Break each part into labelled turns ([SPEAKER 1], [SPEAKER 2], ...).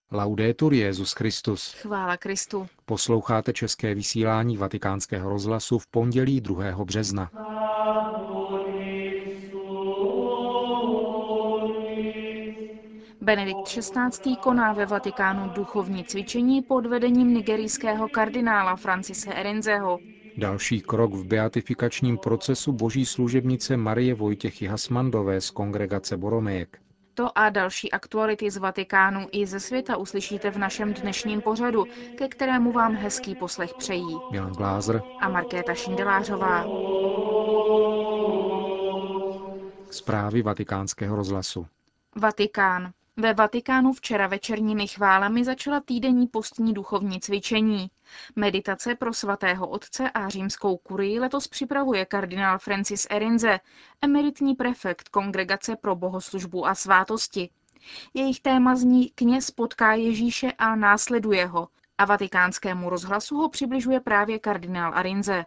[SPEAKER 1] Laudetur Jesus Christus.
[SPEAKER 2] Chvála Kristu.
[SPEAKER 1] Posloucháte české vysílání Vatikánského rozhlasu v pondělí 2. března.
[SPEAKER 2] Benedikt XVI. Koná ve Vatikánu duchovní cvičení pod vedením nigerijského kardinála Francise Erinzeho.
[SPEAKER 1] Další krok v beatifikačním procesu boží služebnice Marie Vojtěchy Hasmandové z kongregace Boromejek.
[SPEAKER 2] To a další aktuality z Vatikánu i ze světa uslyšíte v našem dnešním pořadu, ke kterému vám hezký poslech přejí
[SPEAKER 1] Milan Glázer
[SPEAKER 2] a Markéta Šindelářová.
[SPEAKER 1] Zprávy Vatikánského rozhlasu.
[SPEAKER 2] Vatikán. Ve Vatikánu včera večerními chválami začala týdenní postní duchovní cvičení. Meditace pro svatého otce a římskou kurii letos připravuje kardinál Francis Erinze, emeritní prefekt Kongregace pro bohoslužbu a svátosti. Jejich téma zní Kněz potká Ježíše a následuje ho. A Vatikánskému rozhlasu ho přibližuje právě kardinál Arinze.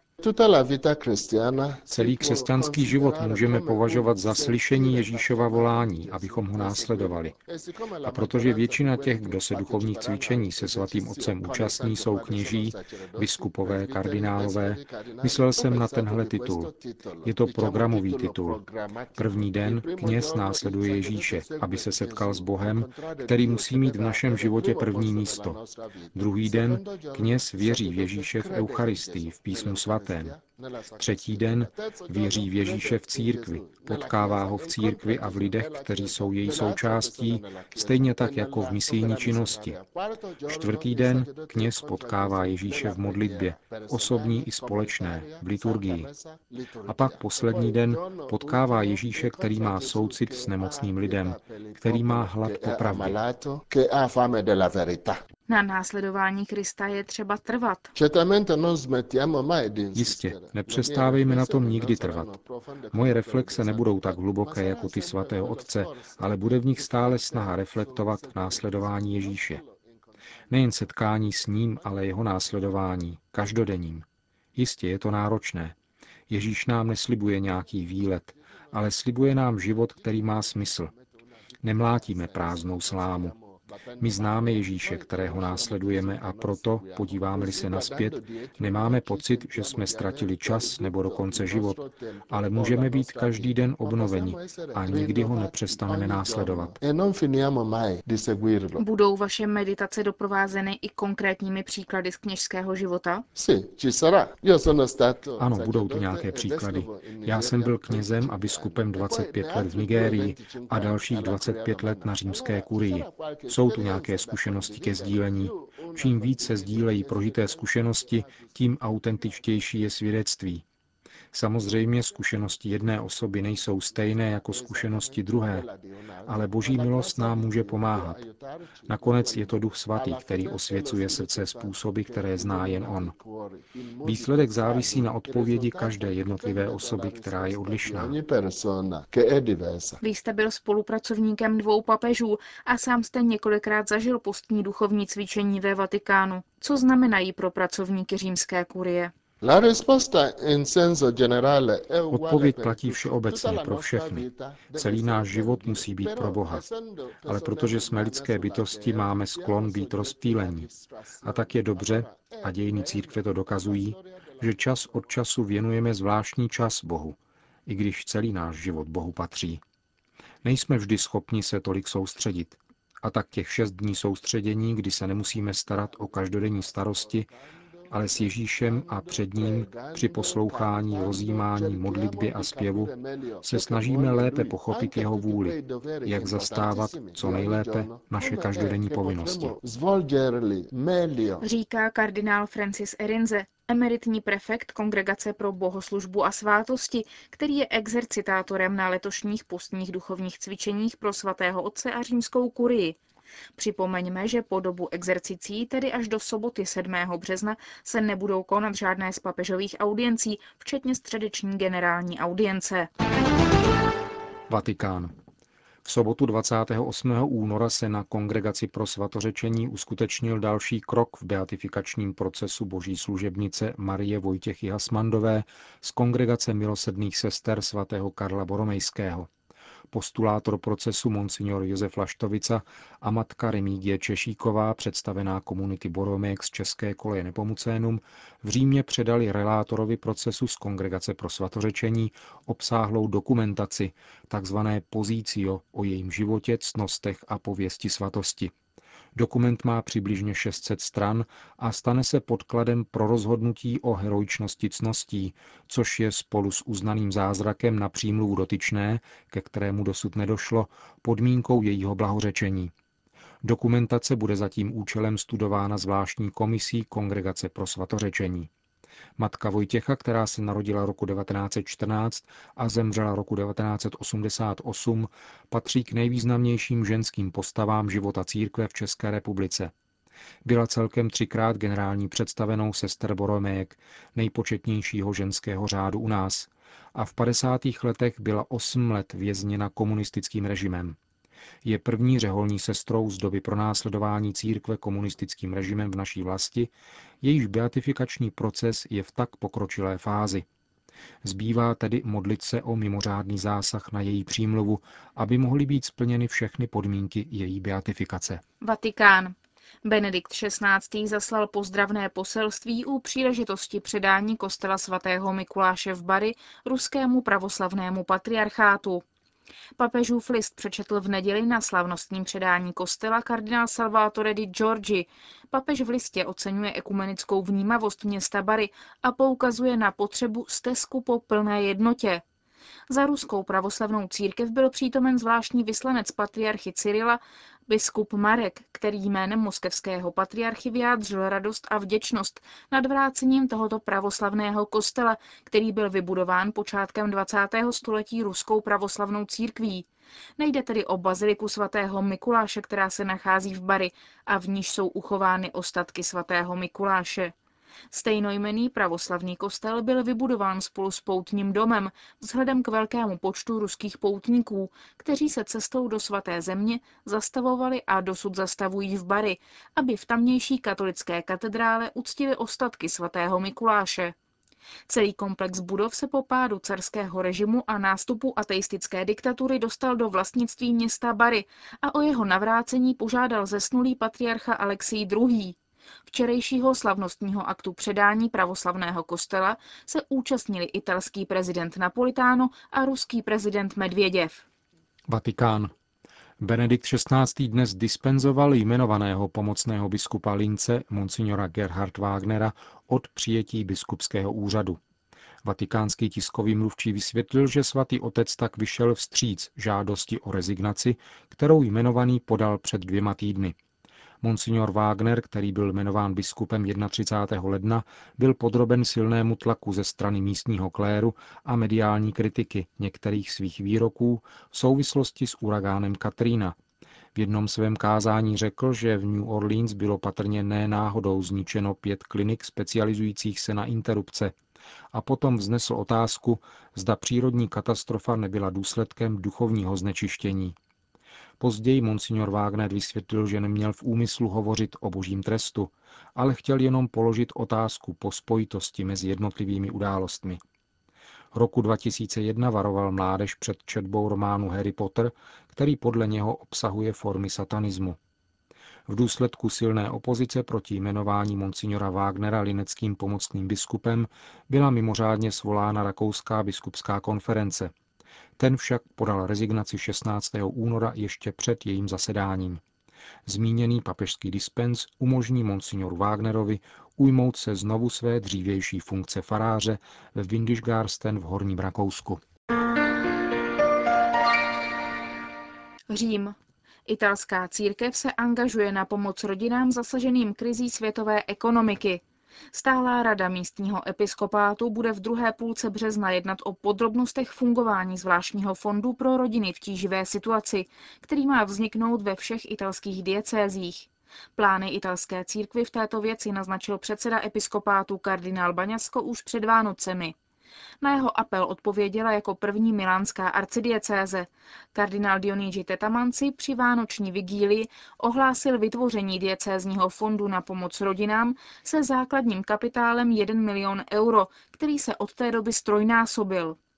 [SPEAKER 1] Celý křesťanský život můžeme považovat za slyšení Ježíšova volání, abychom ho následovali. A protože většina těch, kdo se duchovních cvičení se svatým otcem účastní, jsou kněží, biskupové, kardinálové, myslel jsem na tenhle titul. Je to programový titul. První den kněz následuje Ježíše, aby se setkal s Bohem, který musí mít v našem životě první místo. Druhý den kněz věří v Ježíše v Eucharistii, v Písmu svatém. Třetí den věří v Ježíše v církvi, potkává ho v církvi a v lidech, kteří jsou její součástí, stejně tak jako v misijní činnosti. Čtvrtý den kněz potkává Ježíše v modlitbě, osobní i společné, v liturgii. A pak poslední den potkává Ježíše, který má soucit s nemocným lidem, který má hlad po pravdě.
[SPEAKER 2] Na následování Krista je třeba trvat.
[SPEAKER 1] Jistě, nepřestávejme na tom nikdy trvat. Moje reflexe nebudou tak hluboké jako ty svatého otce, ale bude v nich stále snaha reflektovat následování Ježíše. Nejen setkání s ním, ale jeho následování, každodenním. Jistě je to náročné. Ježíš nám neslibuje nějaký výlet, ale slibuje nám život, který má smysl. Nemlátíme prázdnou slámu. My známe Ježíše, kterého následujeme a proto, podíváme-li se nazpět, nemáme pocit, že jsme ztratili čas nebo dokonce život, ale můžeme být každý den obnoveni a nikdy ho nepřestaneme následovat.
[SPEAKER 2] Budou vaše meditace doprovázeny i konkrétními příklady z kněžského života?
[SPEAKER 1] Ano, budou tu nějaké příklady. Já jsem byl knězem a biskupem 25 let v Nigérii a dalších 25 let na římské kurii. Jsou tu nějaké zkušenosti ke sdílení. Čím víc se sdílejí prožité zkušenosti, tím autentičtější je svědectví. Samozřejmě zkušenosti jedné osoby nejsou stejné jako zkušenosti druhé, ale Boží milost nám může pomáhat. Nakonec je to Duch Svatý, který osvěcuje srdce způsoby, které zná jen On. Výsledek závisí na odpovědi každé jednotlivé osoby, která je odlišná.
[SPEAKER 2] Vy jste byl spolupracovníkem 2 papežů a sám jste několikrát zažil postní duchovní cvičení ve Vatikánu. Co znamenají pro pracovníky římské kurie?
[SPEAKER 1] Odpověď platí všeobecně pro všechny. Celý náš život musí být pro Boha. Ale protože jsme lidské bytosti, máme sklon být rozptýlení. A tak je dobře, a dějiny církve to dokazují, že čas od času věnujeme zvláštní čas Bohu, i když celý náš život Bohu patří. Nejsme vždy schopni se tolik soustředit. A tak těch 6 dní soustředění, kdy se nemusíme starat o každodenní starosti, ale s Ježíšem a před ním při poslouchání, rozjímání, modlitbě a zpěvu se snažíme lépe pochopit jeho vůli, jak zastávat co nejlépe naše každodenní povinnosti.
[SPEAKER 2] Říká kardinál Francis Erinze, emeritní prefekt Kongregace pro bohoslužbu a svátosti, který je exercitátorem na letošních postních duchovních cvičeních pro svatého otce a římskou kurii. Připomeňme, že po dobu exercicí, tedy až do soboty 7. března, se nebudou konat žádné z papežových audiencí, včetně středeční generální audience.
[SPEAKER 1] Vatikán. V sobotu 28. února se na Kongregaci pro svatořečení uskutečnil další krok v beatifikačním procesu boží služebnice Marie Vojtěchy Hasmandové z Kongregace milosrdných sester svatého Karla Boromejského. postulátor procesu monsignor Josef Laštovica a matka Remígie Češíková, představená komunity Boromejek z České koleje Nepomucénum, v Římě předali relátorovi procesu z Kongregace pro svatořečení obsáhlou dokumentaci, takzvané pozicio o jejím životě, ctnostech a pověsti svatosti. Dokument má přibližně 600 stran a stane se podkladem pro rozhodnutí o heroičnosti ctností, což je spolu s uznaným zázrakem na přímluvu dotyčné, ke kterému dosud nedošlo, podmínkou jejího blahořečení. Dokumentace bude za tím účelem studována zvláštní komisí Kongregace pro svatořečení. Matka Vojtěcha, která se narodila roku 1914 a zemřela roku 1988, patří k nejvýznamnějším ženským postavám života církve v České republice. Byla celkem 3krát generální představenou sester Boromejek, nejpočetnějšího ženského řádu u nás, a v 50. letech byla 8 let vězněna komunistickým režimem. Je první řeholní sestrou z doby pronásledování církve komunistickým režimem v naší vlasti, jejíž beatifikační proces je v tak pokročilé fázi. Zbývá tedy modlit se o mimořádný zásah na její přímluvu, aby mohly být splněny všechny podmínky její beatifikace.
[SPEAKER 2] Vatikán. Benedikt XVI. Zaslal pozdravné poselství u příležitosti předání kostela svatého Mikuláše v Bari ruskému pravoslavnému patriarchátu. Papežův list přečetl v neděli na slavnostním předání kostela kardinál Salvatore Di Giorgi. Papež v listě oceňuje ekumenickou vnímavost města Bari a poukazuje na potřebu stezku po plné jednotě. Za ruskou pravoslavnou církev byl přítomen zvláštní vyslanec patriarchy Cyrila, biskup Marek, který jménem moskevského patriarchy vyjádřil radost a vděčnost nad vrácením tohoto pravoslavného kostela, který byl vybudován počátkem 20. století ruskou pravoslavnou církví. Nejde tedy o baziliku svatého Mikuláše, která se nachází v Bari a v níž jsou uchovány ostatky svatého Mikuláše. Stejnojmenný pravoslavný kostel byl vybudován spolu s poutním domem vzhledem k velkému počtu ruských poutníků, kteří se cestou do svaté země zastavovali a dosud zastavují v Bari, aby v tamnější katolické katedrále uctili ostatky svatého Mikuláše. Celý komplex budov se po pádu carského režimu a nástupu ateistické diktatury dostal do vlastnictví města Bari a o jeho navrácení požádal zesnulý patriarcha Alexij II. Včerejšího slavnostního aktu předání pravoslavného kostela se účastnili italský prezident Napolitano a ruský prezident Medvěděv.
[SPEAKER 1] Vatikán. Benedikt XVI. Dnes dispenzoval jmenovaného pomocného biskupa Lince, monsignora Gerhard Wagnera, od přijetí biskupského úřadu. Vatikánský tiskový mluvčí vysvětlil, že svatý otec tak vyšel vstříc žádosti o rezignaci, kterou jmenovaný podal před 2 týdny. Monsignor Wagner, který byl jmenován biskupem 31. ledna, byl podroben silnému tlaku ze strany místního kléru a mediální kritiky některých svých výroků v souvislosti s uragánem Katrina. V jednom svém kázání řekl, že v New Orleans bylo patrně ne náhodou zničeno 5 klinik specializujících se na interrupce, a potom vznesl otázku, zda přírodní katastrofa nebyla důsledkem duchovního znečištění. Později monsignor Wagner vysvětlil, že neměl v úmyslu hovořit o božím trestu, ale chtěl jenom položit otázku po spojitosti mezi jednotlivými událostmi. Roku 2001 varoval mládež před četbou románu Harry Potter, který podle něho obsahuje formy satanismu. V důsledku silné opozice proti jmenování monsignora Wagnera lineckým pomocným biskupem byla mimořádně svolána Rakouská biskupská konference. Ten však podal rezignaci 16. února ještě před jejím zasedáním. Zmíněný papežský dispens umožní monsignoru Wagnerovi ujmout se znovu své dřívější funkce faráře ve Windischgarsten v Horním Rakousku.
[SPEAKER 2] Řím. Italská církev se angažuje na pomoc rodinám zasaženým krizí světové ekonomiky. Stálá rada místního episkopátu bude v druhé půlce března jednat o podrobnostech fungování zvláštního fondu pro rodiny v tíživé situaci, který má vzniknout ve všech italských diecézích. Plány italské církvy v této věci naznačil předseda episkopátu kardinál Baňasko už před Vánocemi. Na jeho apel odpověděla jako první milánská arcidiecéze. Kardinál Dionigi Tetamanci při vánoční vigílii ohlásil vytvoření diecézního fondu na pomoc rodinám se základním kapitálem 1 milion euro, který se od té doby ztrojnásobil.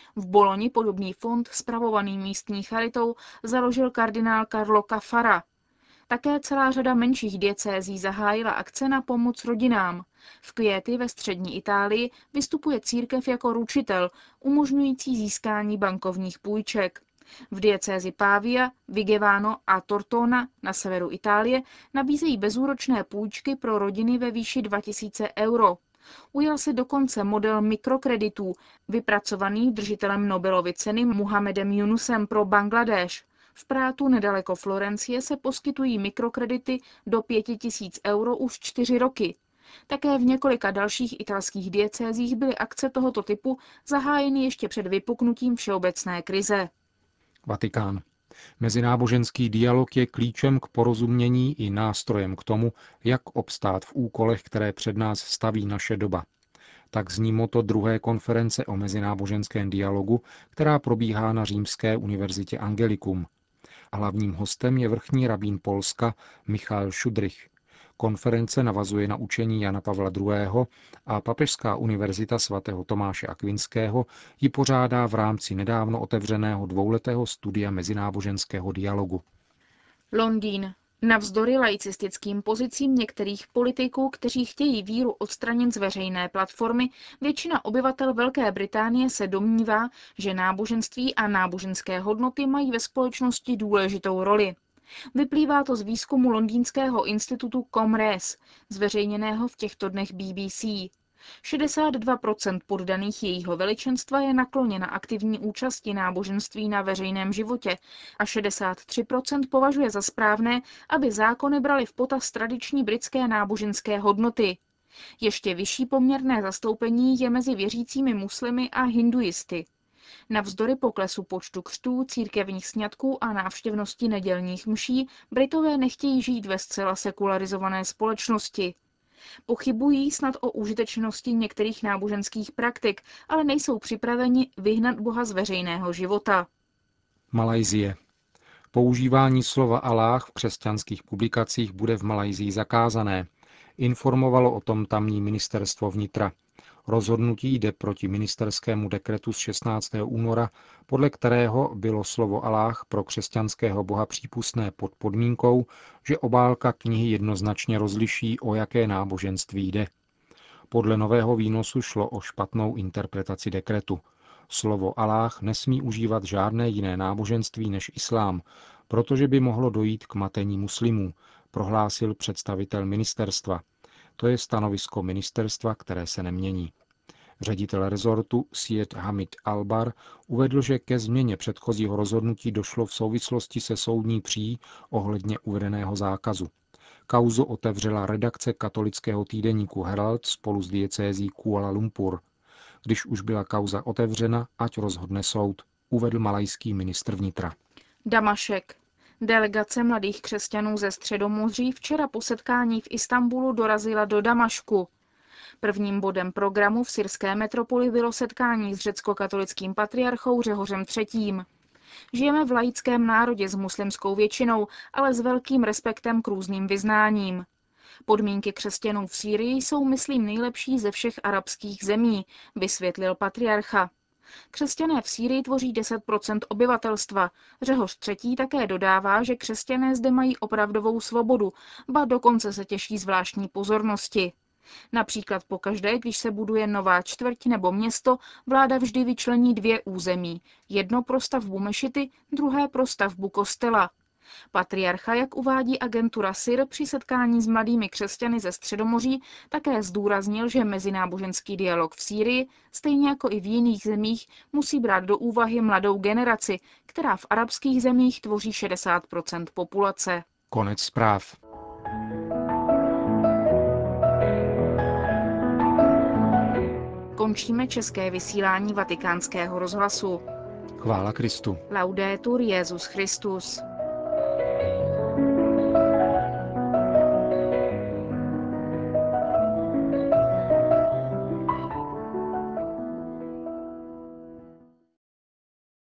[SPEAKER 2] V Boloni podobný fond, spravovaný místní charitou, založil kardinál Carlo Caffarra. Také celá řada menších diecézí zahájila akce na pomoc rodinám. V Chieti ve střední Itálii vystupuje církev jako ručitel, umožňující získání bankovních půjček. V diecézi Pavia, Vigevano a Tortona na severu Itálie nabízejí bezúročné půjčky pro rodiny ve výši 2000 euro. Ujal se dokonce model mikrokreditů, vypracovaný držitelem Nobelovy ceny Muhammedem Yunusem pro Bangladéš. V Prátu nedaleko Florencie se poskytují mikrokredity do 5000 euro už 4 roky. Také v několika dalších italských diecézích byly akce tohoto typu zahájeny ještě před vypuknutím všeobecné krize.
[SPEAKER 1] Vatikán. Mezináboženský dialog je klíčem k porozumění i nástrojem k tomu, jak obstát v úkolech, které před nás staví naše doba. Tak zní motto druhé konference o mezináboženském dialogu, která probíhá na Římské univerzitě Angelicum. Hlavním hostem je vrchní rabín Polska Michal Šudrych. Konference navazuje na učení Jana Pavla II. A Papežská univerzita svatého Tomáše Akvinského ji pořádá v rámci nedávno otevřeného dvouletého studia mezináboženského dialogu.
[SPEAKER 2] Londýn. Navzdory laicistickým pozicím některých politiků, kteří chtějí víru odstranit z veřejné platformy, většina obyvatel Velké Británie se domnívá, že náboženství a náboženské hodnoty mají ve společnosti důležitou roli. Vyplývá to z výzkumu londýnského institutu ComRes, zveřejněného v těchto dnech BBC. 62% poddaných jejího veličenstva je nakloněna aktivní účasti náboženství na veřejném životě a 63% považuje za správné, aby zákony braly v potaz tradiční britské náboženské hodnoty. Ještě vyšší poměrné zastoupení je mezi věřícími muslimy a hinduisty. Navzdory poklesu počtu křtů, církevních sňatků a návštěvnosti nedělních mší, Britové nechtějí žít ve zcela sekularizované společnosti. Pochybují snad o užitečnosti některých náboženských praktik, ale nejsou připraveni vyhnat Boha z veřejného života.
[SPEAKER 1] Malajsie. Používání slova Aláh v křesťanských publikacích bude v Malajsii zakázané. Informovalo o tom tamní ministerstvo vnitra. Rozhodnutí jde proti ministerskému dekretu z 16. února, podle kterého bylo slovo Aláh pro křesťanského boha přípustné pod podmínkou, že obálka knihy jednoznačně rozliší, o jaké náboženství jde. Podle nového výnosu šlo o špatnou interpretaci dekretu. Slovo Aláh nesmí užívat žádné jiné náboženství než islám, protože by mohlo dojít k matení muslimů, prohlásil představitel ministerstva. To je stanovisko ministerstva, které se nemění. Ředitel rezortu Syed Hamid Albar uvedl, že ke změně předchozího rozhodnutí došlo v souvislosti se soudní pří ohledně uvedeného zákazu. Kauzu otevřela redakce katolického týdeníku Herald spolu s diecézí Kuala Lumpur. Když už byla kauza otevřena, ať rozhodne soud, uvedl malajský ministr vnitra.
[SPEAKER 2] Damašek. Delegace mladých křesťanů ze Středomoří včera po setkání v Istanbulu dorazila do Damašku. Prvním bodem programu v syrské metropoli bylo setkání s řecko-katolickým patriarchou Řehořem III. Žijeme v laickém národě s muslimskou většinou, ale s velkým respektem k různým vyznáním. Podmínky křesťanů v Sýrii jsou, myslím, nejlepší ze všech arabských zemí, vysvětlil patriarcha. Křesťané v Sýrii tvoří 10% obyvatelstva. Řehoř III. Také dodává, že křesťané zde mají opravdovou svobodu, ba dokonce se těší zvláštní pozornosti. Například pokaždé, když se buduje nová čtvrť nebo město, vláda vždy vyčlení 2 území. Jedno pro stavbu mešity, druhé pro stavbu kostela. Patriarcha, jak uvádí agentura SIR při setkání s mladými křesťany ze Středomoří, také zdůraznil, že mezináboženský dialog v Sýrii, stejně jako i v jiných zemích, musí brát do úvahy mladou generaci, která v arabských zemích tvoří 60% populace.
[SPEAKER 1] Konec zpráv.
[SPEAKER 2] Končíme české vysílání Vatikánského rozhlasu.
[SPEAKER 1] Chvála Kristu.
[SPEAKER 2] Laudetur Jesus Christus.